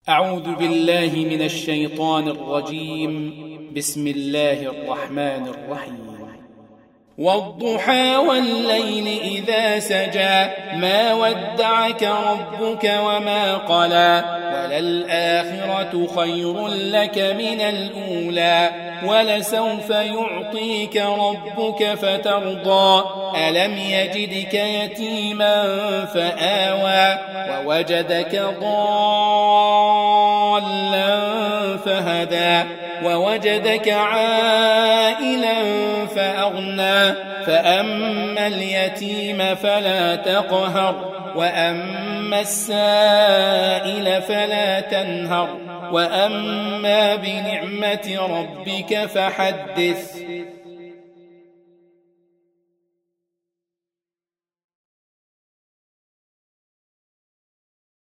أعوذ بالله من الشيطان الرجيم. بسم الله الرحمن الرحيم. والضحى والليل إذا سجى ما ودعك ربك وما قلى وللآخرة خير لك من الأولى ولسوف يعطيك ربك فترضى ألم يجدك يتيما فآوى ووجدك ضالا فهدى ووجدك عائلا فأغنى فأما اليتيم فلا تقهر وأما السائل فلا تنهر وأما بنعمة ربك فحدث.